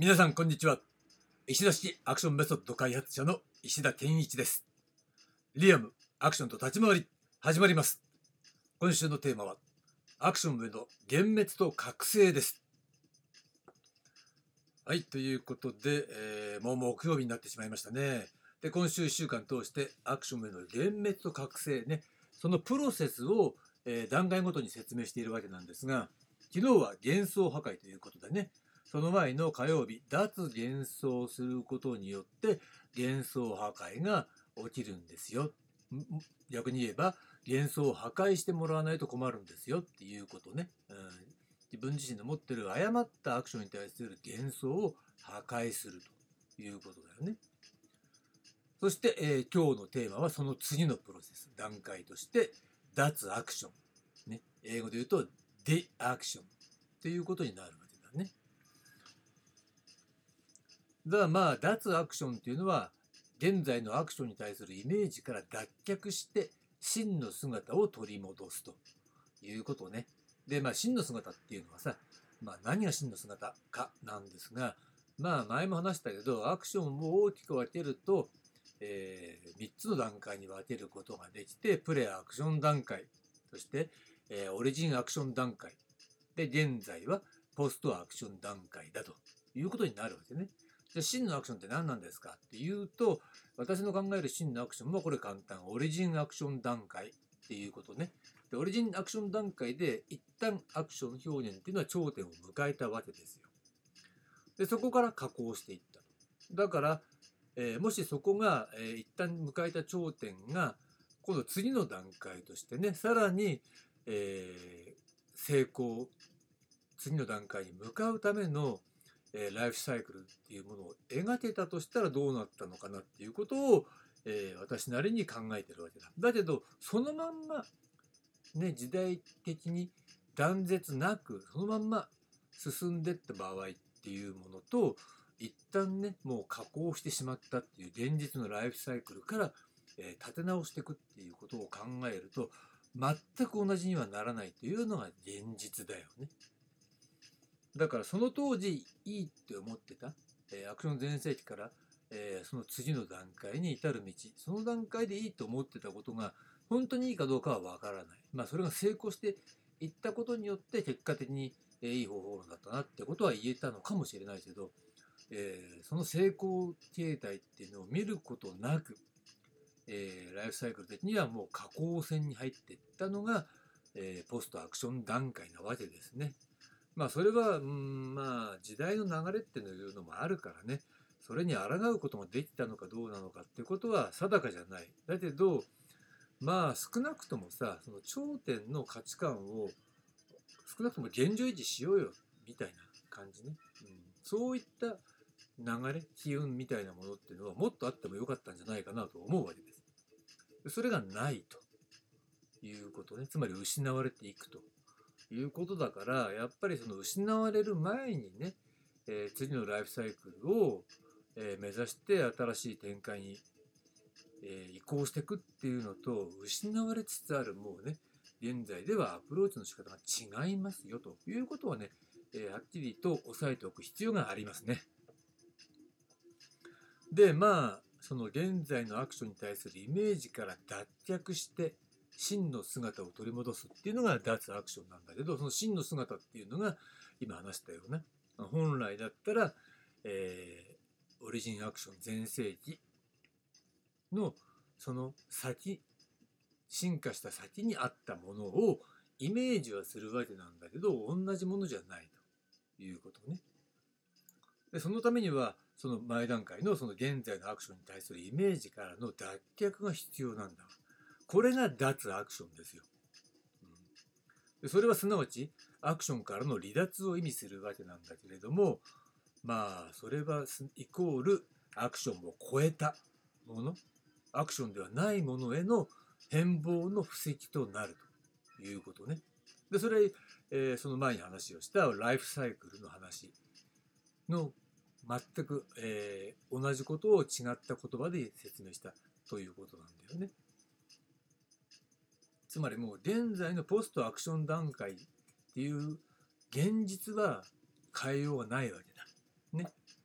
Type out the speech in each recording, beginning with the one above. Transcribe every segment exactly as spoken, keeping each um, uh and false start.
皆さんこんにちは。石田式アクションメソッド開発者の石田健一です。リアムアクションと立ち回り始まります。今週のテーマはアクションへの幻滅と覚醒です。はい、ということで、えーもう木曜日になってしまいましたね。で、今週いっしゅうかん通してアクションへの幻滅と覚醒ね、そのプロセスを、えー段階ごとに説明しているわけなんですが、昨日は幻想破壊ということでね、その前の火曜日、脱幻想することによって幻想破壊が起きるんですよ。逆に言えば幻想を破壊してもらわないと困るんですよっていうことね。うん、自分自身の持ってる誤ったアクションに対する幻想を破壊するということだよね。そして、えー今日のテーマはその次のプロセス、段階として脱アクション。ね、英語で言うとデアクションということになるわけだね。だからまあ脱アクションっていうのは現在のアクションに対するイメージから脱却して真の姿を取り戻すということね。でまあ真の姿っていうのはさ、まあ、何が真の姿かなんですが、まあ前も話したけどアクションを大きく分けると、えー、みっつの段階に分けることができて、プレアクション段階、そして、えーオリジンアクション段階で、現在はポストアクション段階だということになるわけね。じゃあ真のアクションって何なんですかっていうと、私の考える真のアクションもこれ簡単。オリジンアクション段階っていうことね。で、オリジンアクション段階で一旦アクション表現っていうのは頂点を迎えたわけですよ。で、そこから加工していった。だから、えーもしそこが、えー一旦迎えた頂点が、今度次の段階としてね、さらに、えー成功、次の段階に向かうための、えーライフサイクルっていうものを描けたとしたらどうなったのかなっていうことを、えー私なりに考えてるわけだ。だけどそのまんまね、時代的に断絶なくそのまんま進んでった場合っていうものと、一旦ねもう加工してしまったっていう現実のライフサイクルから、えー立て直していくっていうことを考えると全く同じにはならないというのが現実だよね。だからその当時いいって思ってた、えーアクション全盛期から、えーその次の段階に至る道、その段階でいいと思ってたことが本当にいいかどうかはわからない。まあそれが成功していったことによって結果的に、えーいい方法だったなってことは言えたのかもしれないけど、えーその成功形態っていうのを見ることなく、えーライフサイクル的にはもう下降線に入っていったのが、えーポストアクション段階なわけですね。まあそれは、うん、まあ時代の流れっていうのもあるからね、それに抗うことができたのかどうなのかっていうことは定かじゃない。だけど、まあ少なくともさ、その頂点の価値観を少なくとも現状維持しようよみたいな感じね。うん、そういった流れ、機運みたいなものっていうのはもっとあってもよかったんじゃないかなと思うわけです。それがないということね。つまり失われていくということだから、やっぱりその失われる前にね、えー次のライフサイクルを、えー目指して新しい展開に、えー移行していくっていうのと、失われつつあるもうね、現在ではアプローチの仕方が違いますよということはね、えーはっきりと押さえておく必要がありますね。で、まあ、その現在のアクションに対するイメージから脱却して、真の姿を取り戻すっていうのが脱アクションなんだけど、その真の姿っていうのが今話したような、本来だったら、えーオリジンアクション全盛期のその先、進化した先にあったものをイメージはするわけなんだけど、同じものじゃないということね。でそのためにはその前段階のその現在のアクションに対するイメージからの脱却が必要なんだ。これが脱アクションですよ。うん、でそれはすなわちアクションからの離脱を意味するわけなんだけれども、まあそれはイコールアクションを超えたもの、アクションではないものへの変貌の布石となるということね。でそれ、えーその前に話をしたライフサイクルの話の全く、えー同じことを違った言葉で説明したということなんだよね。つまりもう現在のポストアクション段階っていう現実は変えようがないわけだ。ね。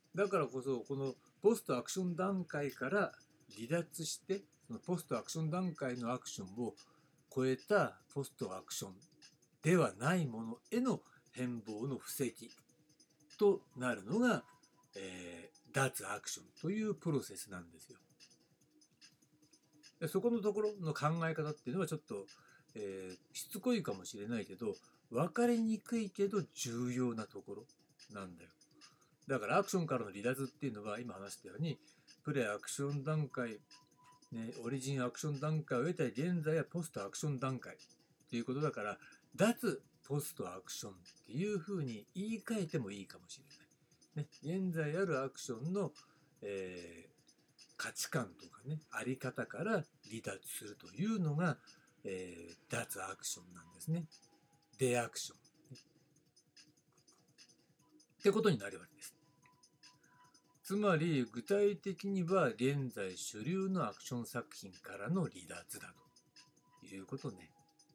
だからこそこのポストアクション段階から離脱して、そのポストアクション段階のアクションを超えたポストアクションではないものへの変貌の布石となるのが、えー、脱アクションというプロセスなんですよ。でそこのところの考え方っていうのはちょっと、えー、しつこいかもしれないけど、分かりにくいけど重要なところなんだよ。だからアクションからの離脱っていうのは今話したように、プレアクション段階、ね、オリジンアクション段階を得た現在はポストアクション段階ということだから、脱ポストアクションっていうふうに言い換えてもいいかもしれない。ね、現在あるアクションの、えー価値観とかね、あり方から離脱するというのが、えー、脱アクションなんですね。デアクション、ね。ってことになるわけです。つまり具体的には現在主流のアクション作品からの離脱だということね。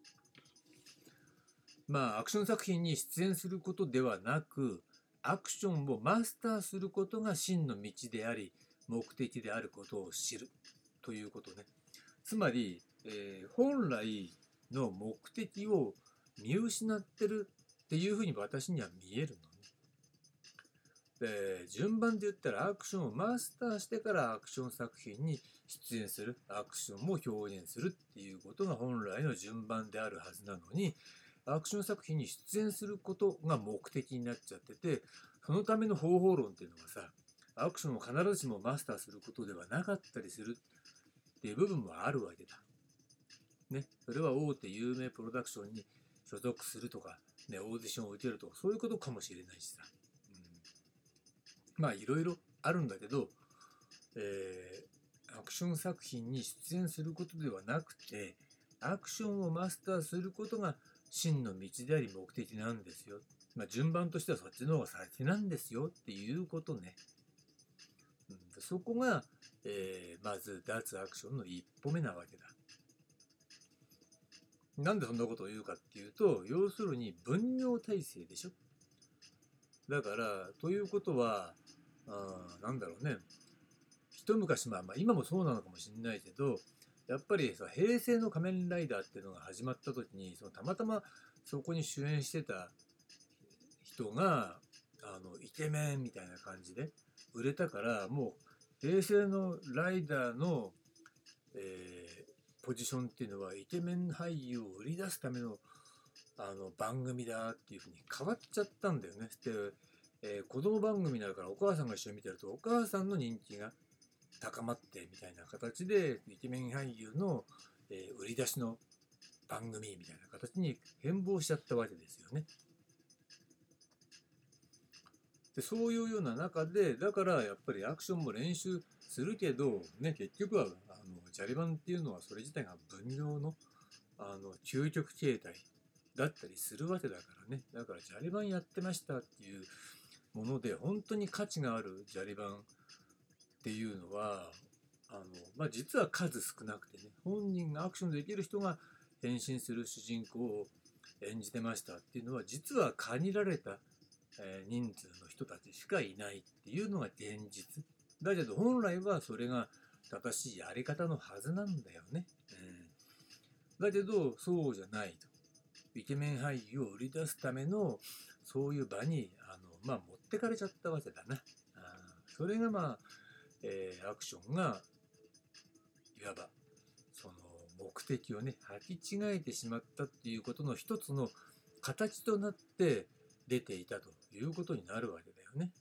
まあアクション作品に出演することではなく、アクションをマスターすることが真の道であり目的であることを知るということね。つまり、えー、本来の目的を見失ってるっていうふうに私には見えるのね。で、順番で言ったらアクションをマスターしてからアクション作品に出演する、アクションも表現するっていうことが本来の順番であるはずなのに、アクション作品に出演することが目的になっちゃってて、そのための方法論っていうのがさ、アクションを必ずしもマスターすることではなかったりするっていう部分もあるわけだ。ね、それは大手有名プロダクションに所属するとか、ね、オーディションを受けるとか、そういうことかもしれないしさ。うん、まあいろいろあるんだけど、えー、アクション作品に出演することではなくて、アクションをマスターすることが真の道であり目的なんですよ。まあ、順番としてはそっちの方が先なんですよっていうことね。うん、そこが、えー、まず脱アクションの一歩目なわけだ。なんでそんなことを言うかっていうと、要するに分業体制でしょ。だからということは、あなんだろうね、一昔、まあ、まあ今もそうなのかもしれないけど、やっぱりさ平成の仮面ライダーっていうのが始まった時に、そのたまたまそこに主演してた人があのイケメンみたいな感じで売れたから、もう平成のライダーの、えー、ポジションっていうのはイケメン俳優を売り出すためのあの番組だっていうふうに変わっちゃったんだよね。で、えー、子供番組になるからお母さんが一緒に見てるとお母さんの人気が高まってみたいな形でイケメン俳優の、えー、売り出しの番組みたいな形に変貌しちゃったわけですよね。でそういうような中で、だからやっぱりアクションも練習するけど、ね、結局はあのジャリバンっていうのはそれ自体が分業のあの究極形態だったりするわけだからね。だからジャリバンやってましたっていうもので本当に価値があるジャリバンっていうのはあの、まあ、実は数少なくてね、本人がアクションできる人が変身する主人公を演じてましたっていうのは実は限られた人数の人たちしかいないっていうのが現実だけど、本来はそれが正しいやり方のはずなんだよね。うん、だけどそうじゃないと。イケメン俳優を売り出すためのそういう場にあの、まあ、持ってかれちゃったわけだな。あそれがまあ、えー、アクションがいわばその目的をね履き違えてしまったっていうことの一つの形となって出ていたということになるわけだよね。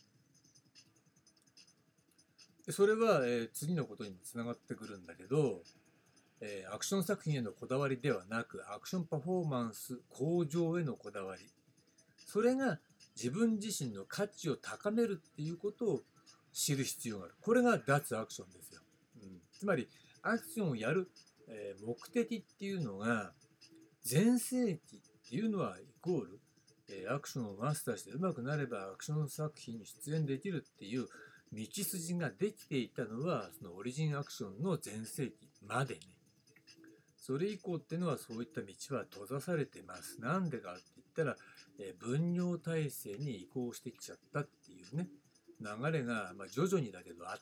でそれは、えー、次のことにもつながってくるんだけど、えー、アクション作品へのこだわりではなくアクションパフォーマンス向上へのこだわり、それが自分自身の価値を高めるっていうことを知る必要がある。これが脱アクションですよ。うん、つまりアクションをやる、えー、目的っていうのが全盛期っていうのはイコール、えー、アクションをマスターして上手くなればアクション作品に出演できるっていう道筋ができていたのはそのオリジンアクションの全盛期までね。それ以降っていうのはそういった道は閉ざされてます。なんでかって言ったら、えー、分業体制に移行してきちゃったっていうね。 流れが、まあ、徐々にだけどあって、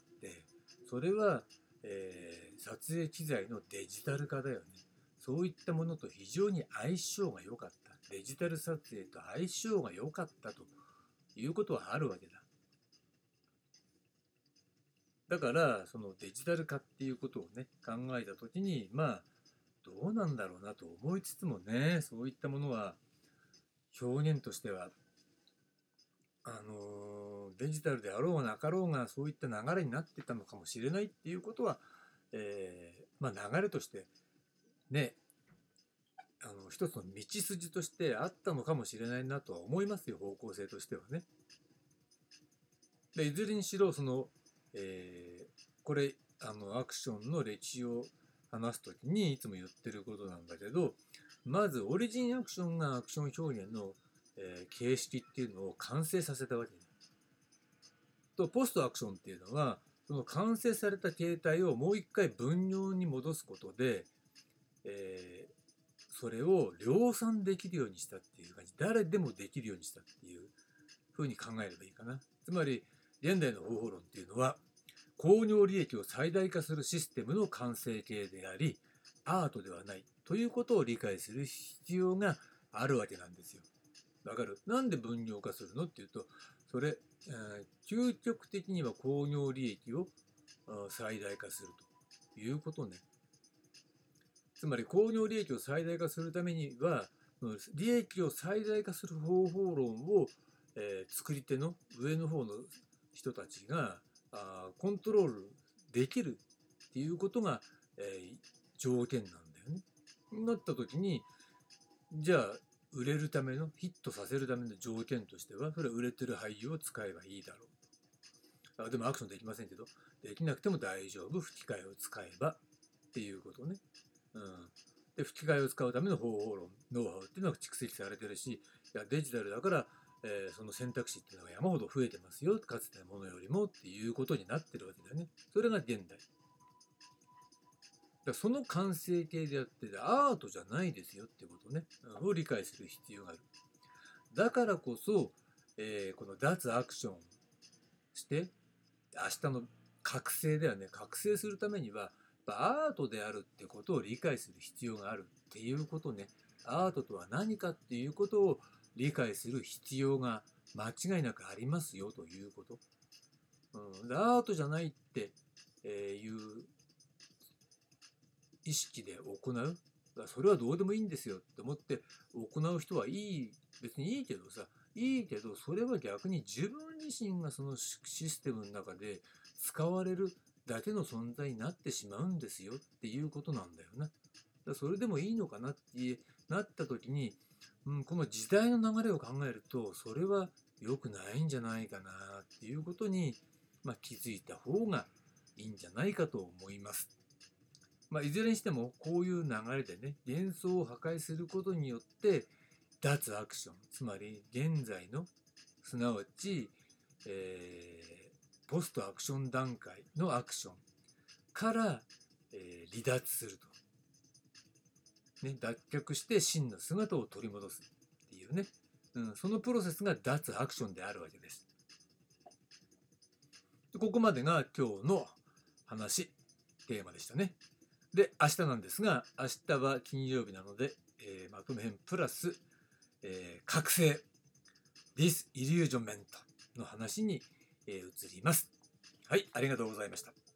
それは、えー撮影機材のデジタル化だよね。そういったものと非常に相性が良かった。デジタル撮影と相性が良かったということはあるわけだ。だからそのデジタル化っていうことをね考えた時に、まあどうなんだろうなと思いつつもね、そういったものは表現としてはあのデジタルであろうがなかろうがそういった流れになってたのかもしれないっていうことは、えーまあ、流れとしてね、あの一つの道筋としてあったのかもしれないなとは思いますよ、方向性としてはね。でいずれにしろその、えーこれあのアクションの歴史を話す時にいつも言ってることなんだけど、まずオリジンアクションがアクション表現の、えー形式っていうのを完成させたわけと、ポストアクションっていうのはその完成された形態をもう一回分量に戻すことで、えーそれを量産できるようにしたっていう感じ、誰でもできるようにしたっていうふうに考えればいいかな。つまり現代の方法論っていうのは工業利益を最大化するシステムの完成形であり、アートではないということを理解する必要があるわけなんですよ。わかる？なんで分業化するのっていうと、それ、えー究極的には工業利益を最大化するということね。つまり工業利益を最大化するためには、利益を最大化する方法論を、えー作り手の上の方の人たちがあコントロールできるっていうことが、えー条件なんだよね。なった時に、じゃあ売れるためのヒットさせるための条件としては、それは売れてる俳優を使えばいいだろう。あでもアクションできませんけど、できなくても大丈夫、吹き替えを使えばっていうことね。うん、で吹き替えを使うための方法論、ノウハウっていうのが蓄積されてるし、いやデジタルだから、えーその選択肢っていうのが山ほど増えてますよ、かつてのものよりもっていうことになってるわけだよね。それが現代。だその完成形であってアートじゃないですよっていうことね、うんを理解する必要がある。だからこそ、えーこの脱アクションして明日の覚醒だよね、覚醒するためにはアートであるってことを理解する必要があるっていうことね。アートとは何かっていうことを理解する必要が間違いなくありますよということ。うん、アートじゃないっていう意識で行う。それはどうでもいいんですよって思って行う人はいい、別にいいけどさ、いいけど、それは逆に自分自身がそのシステムの中で使われるだけの存在になってしまうんですよっていうことなんだよな。だからそれでもいいのかなってなった時に、うん、この時代の流れを考えると、それは良くないんじゃないかなっていうことに、まあ、気づいた方がいいんじゃないかと思います。まあ、いずれにしてもこういう流れでね、幻想を破壊することによって脱アクション、つまり現在のすなわち、えーポストアクション段階のアクションから、えー離脱すると、ね、脱却して真の姿を取り戻すっていうね、うん、そのプロセスが脱アクションであるわけです。ここまでが今日の話、テーマでしたね。で、明日なんですが、明日は金曜日なので、えーまとめ編プラス、えー覚醒、Disillusionment の話に、えー移ります。はい、ありがとうございました。